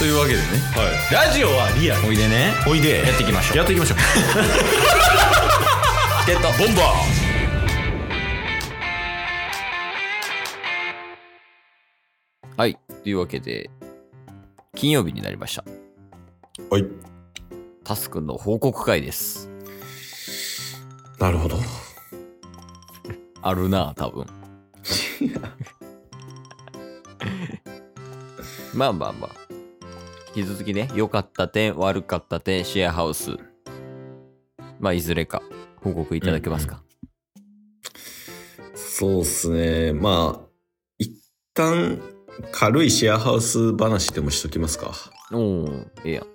というわけでね、 ラジオはリアル。 おいでね、 おいで。 やっていきましょう。 やっていきましょう。 チケットボンバー。はい、というわけで金曜日になりました。 はい。 タスくんの報告会です。 なるほど。 あるな多分。まあまあまあ、引き続きね、良かった点悪かった点シェアハウス、まあいずれか報告いただけますか。 そうっすね。まあ一旦軽いシェアハウス話でもしときますか。 おお、ええやん。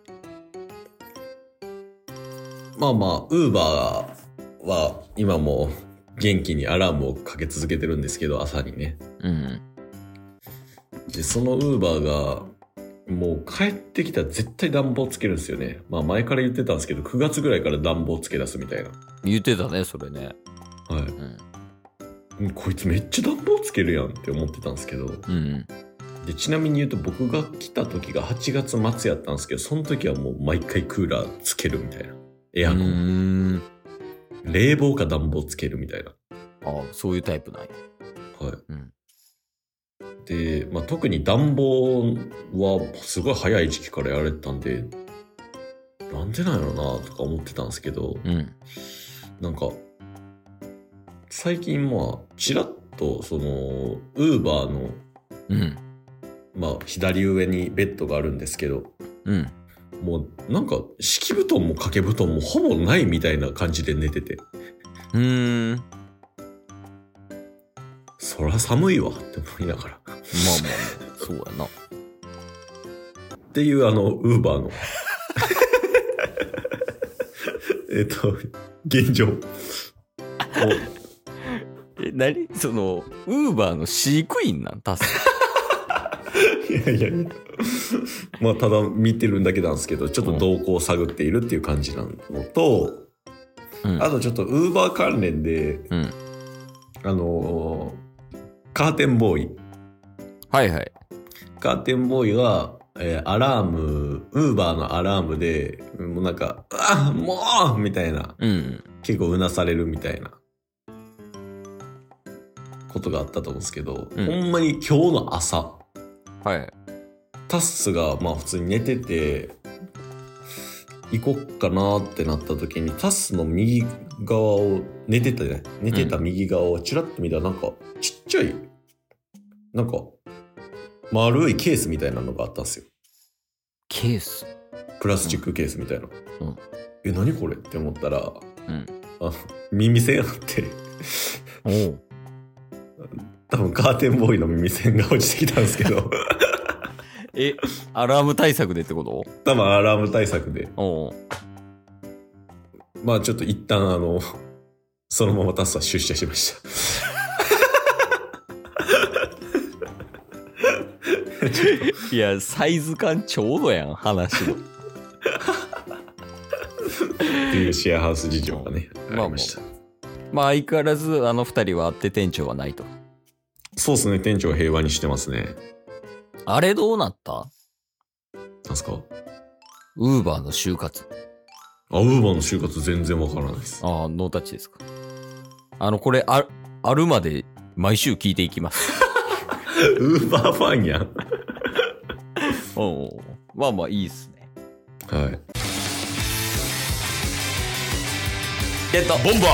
まあまあウーバーは今も元気にアラームをかけ続けてるんですけど、朝にね。 うん。 でそのウーバーがもう帰ってきたら絶対暖房つけるんですよね。まあ前から言ってたんですけど、9月ぐらいから暖房つけ出すみたいな。 言ってたねそれね。 はい。こいつめっちゃ暖房つけるやんって思ってたんですけど。 うん。 でちなみに言うと僕が来た時が8月末やったんですけど、その時はもう毎回クーラーつけるみたいな。エアコン。冷房か暖房つけるみたいな。 ああ、そういうタイプなんや。 はい。 うん。 で、まあ、特に暖房はすごい早い時期からやられてたんで、なんでなんやろなとか思ってたんですけど、なんか、最近まあ、ちらっとその、ウーバーの、まあ、左上にベッドがあるんですけど、もうなんか敷布団も掛け布団もほぼないみたいな感じで寝てて、そら寒いわって思いながら、 まあまあそうやなっていうウーバーの現状を何そのウーバーの飼育員なんタス。 いやいやいや、まあただ見てるんだけなんですけど、ちょっと動向を探っているっていう感じなのと、あとちょっとウーバー関連で、カーテンボーイ。 はいはい。 カーテンボーイが、アラーム、ウーバーのアラームで、もうなんか、もうみたいな、結構うなされるみたいなことがあったと思うんですけど、ほんまに今日の朝、タッスがまあ普通に寝てて、行こっかなってなった時に、タッスの右側を、寝てた右側をチラッと見たら、なんかちっちゃい、なんか丸いケースみたいなのがあったんですよ。ケース？プラスチックケースみたいな。何これって思ったら、耳栓あって多分カーテンボーイの耳栓が落ちてきたんですけどアラーム対策でってこと？ 多分アラーム対策で。まあちょっと一旦そのままタスは出社しましたいやサイズ感ちょうどやん話のっていうシェアハウス事情がね、ありました。 まあ相変わらずあの二人はあって店長はないと。 そうですね、店長は平和にしてますね。 あれどうなった？ なんすか？ ウーバーの就活。 ウーバーの就活全然わからないです。 ノータッチですか？これあるまで毎週聞いていきますウーバーファンやんまあまあいいっすね。 はい。 ボンバ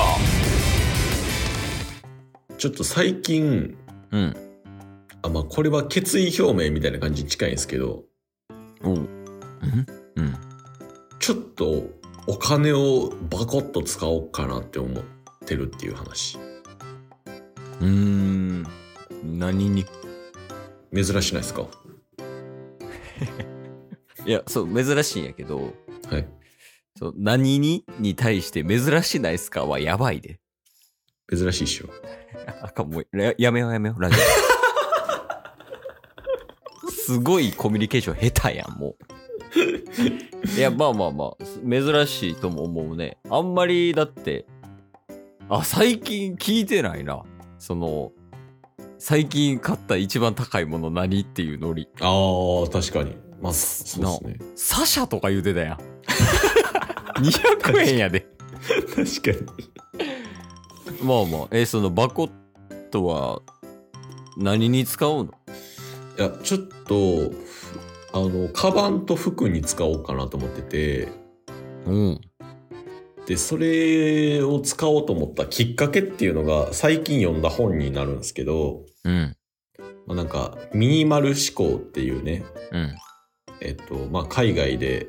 ー。ちょっと最近、まあこれは決意表明みたいな感じに近いんですけど、ちょっとお金をバコッと使おうかなって思ってるっていう話。 何に？ 珍しないですか？ いや、そう珍しいんやけど、 はい。 そう何に対して珍しないっすかはやばいで。 珍しいっしょ。 もうやめようラジオすごいコミュニケーション下手やんもう。いやまあ珍しいとも思うね。あんまりだって最近聞いてないな。最近買った一番高いもの何っていうノリ。 確かに。 まあ、そうですね。 サシャとか言うてたやん。200円やで。 確かに。 まあまあ、そのバコットは何に使うの？ いや、ちょっと、カバンと服に使おうかなと思ってて、 うん。 で、それを使おうと思ったきっかけっていうのが、最近読んだ本になるんですけど、 うん。 まあ、なんか、ミニマル思考っていうね、 うん。 まあ、海外で、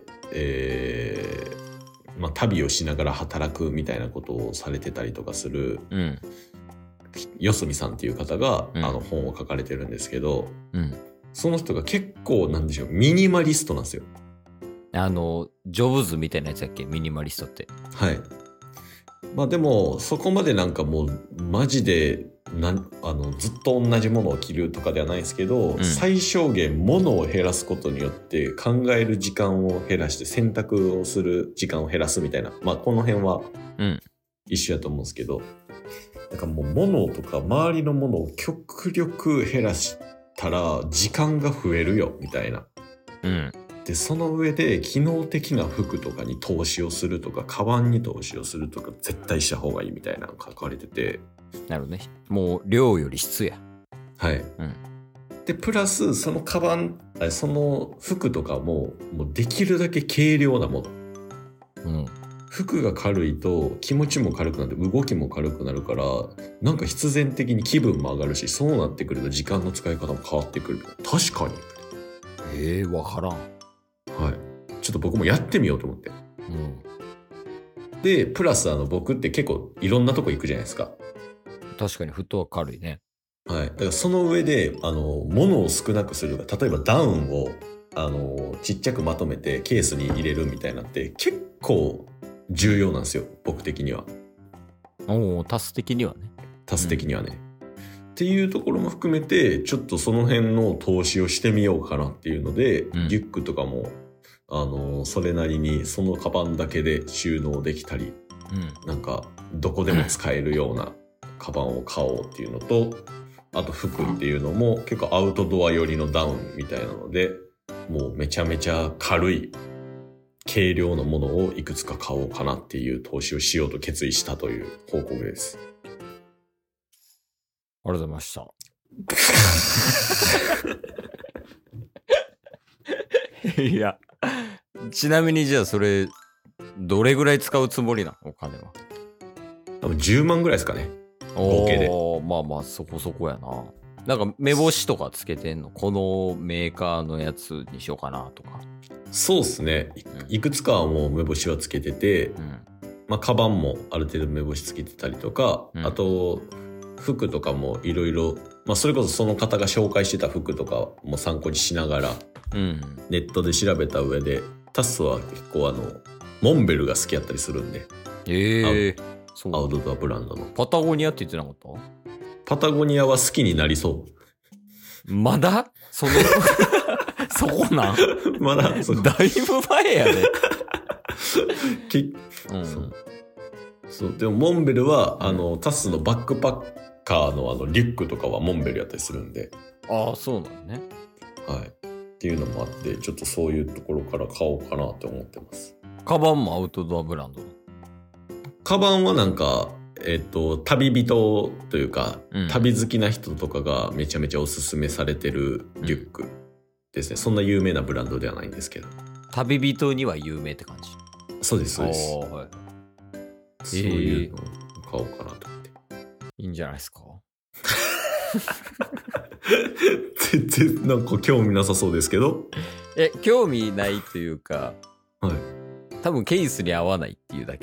まあ、旅をしながら働くみたいなことをされてたりとかする、 うん。 四隅さんっていう方が、 うん、 本を書かれてるんですけど、 うん、 その人が結構なんでしょう、ミニマリストなんですよ。 ジョブズみたいなやつやっけ、ミニマリストって。 はい。まあでもそこまでなんかもうマジでずっと同じものを着るとかではないですけど、最小限物を減らすことによって考える時間を減らして選択をする時間を減らすみたいな、まあこの辺は一緒やと思うんですけど、なんかもう物とか周りのものを極力減らしたら時間が増えるよみたいな。 うん。 で、その上で機能的な服とかに投資をするとか、カバンに投資をするとか、絶対した方がいいみたいなのが書かれてて。 なるほどね。もう量より質や。 はい。うん。で、プラス、そのカバン、その服とかもうできるだけ軽量なもの。うん。服が軽いと気持ちも軽くなって動きも軽くなるから、なんか必然的に気分も上がるし、そうなってくると時間の使い方も変わってくる。確かに。 わからん。 はい。ちょっと僕もやってみようと思って。うん。で、プラス僕って結構いろんなとこ行くじゃないですか。 確かにフットワーク軽いね。 はい。だからその上で、物を少なくする。例えばダウンを、ちっちゃくまとめてケースに入れるみたいなって結構重要なんですよ。僕的には。 タス的にはね。 タス的にはね。っていうところも含めて、ちょっとその辺の投資をしてみようかなっていうので、リュックとかも、それなりにそのカバンだけで収納できたり、なんかどこでも使えるようなカバンを買おうっていうのと、あと服っていうのも結構アウトドア寄りのダウンみたいなので、もうめちゃめちゃ軽い軽量のものをいくつか買おうかなっていう投資をしようと決意したという報告です。 ありがとうございました。いや、ちなみにじゃあそれ、どれぐらい使うつもりなの？お金は。 多分10万ぐらいですかね。合計で。 まあまあそこそこやな。なんか目星とかつけてんの？このメーカーのやつにしようかなとか。 そうですね。いくつかはもう目星はつけてて、まあカバンもある程度目星つけてたりとか、あと服とかもいろいろ、まあそれこそその方が紹介してた服とかも参考にしながら、ネットで調べた上で、タスは結構モンベルが好きやったりするんで。アウトドアブランドの。 パタゴニアって言ってなかった？ パタゴニアは好きになりそう。 まだそこなんまだだいぶ前やで。 そうでもモンベルはタスのバックパッカーのリュックとかはモンベルやったりするんで。 ああ、そうなのね。 はい。っていうのもあって、ちょっとそういうところから買おうかなって思ってます。 カバンもアウトドアブランド？ カバンはなんか、旅人というか、旅好きな人とかがめちゃめちゃおすすめされてるリュックですね。そんな有名なブランドではないんですけど。 旅人には有名って感じ？ そうです、そうです。はい、そういうのを買おうかなと思って。 いいんじゃないですか？ 全然なんか興味なさそうですけど。 興味ないというか、 はい。 多分ケースに合わないっていうだけ。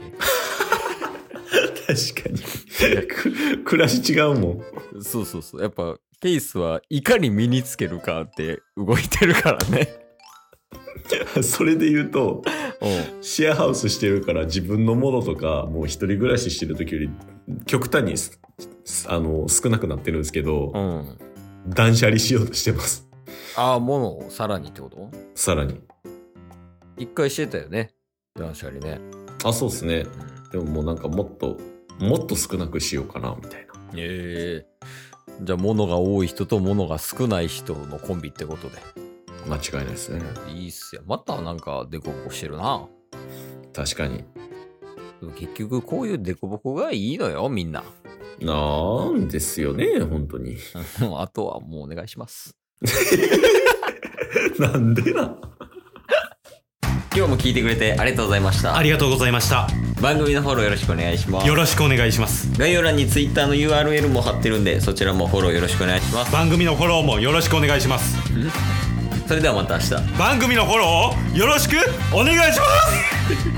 確かに暮らし違うもん。そうそうそう。やっぱケースはいかに身につけるかって動いてるからね。 それで言うとシェアハウスしてるから自分のものとかもう一人暮らししてる時より極端に少なくなってるんですけど、断捨離しようとしてます。 ああ、物をさらにってこと？ さらに一回してたよね、断捨離ね。 あ、そうですね。でももうなんかもっと少なくしようかなみたいな。 じゃあ物が多い人と物が少ない人のコンビってことで。 間違いないですね。 いいっすよ。またなんかデコボコしてるな。 確かに。 結局こういうデコボコがいいのよ、みんな。 なんですよね、本当に。 あとはもうお願いします。 なんでな。 今日も聞いてくれてありがとうございました。 ありがとうございました。 番組のフォローよろしくお願いします。 よろしくお願いします。 概要欄に Twitter の URL も貼ってるんで、そちらもフォローよろしくお願いします。 番組のフォローもよろしくお願いします。 それではまた明日。 番組のフォローをよろしくお願いします。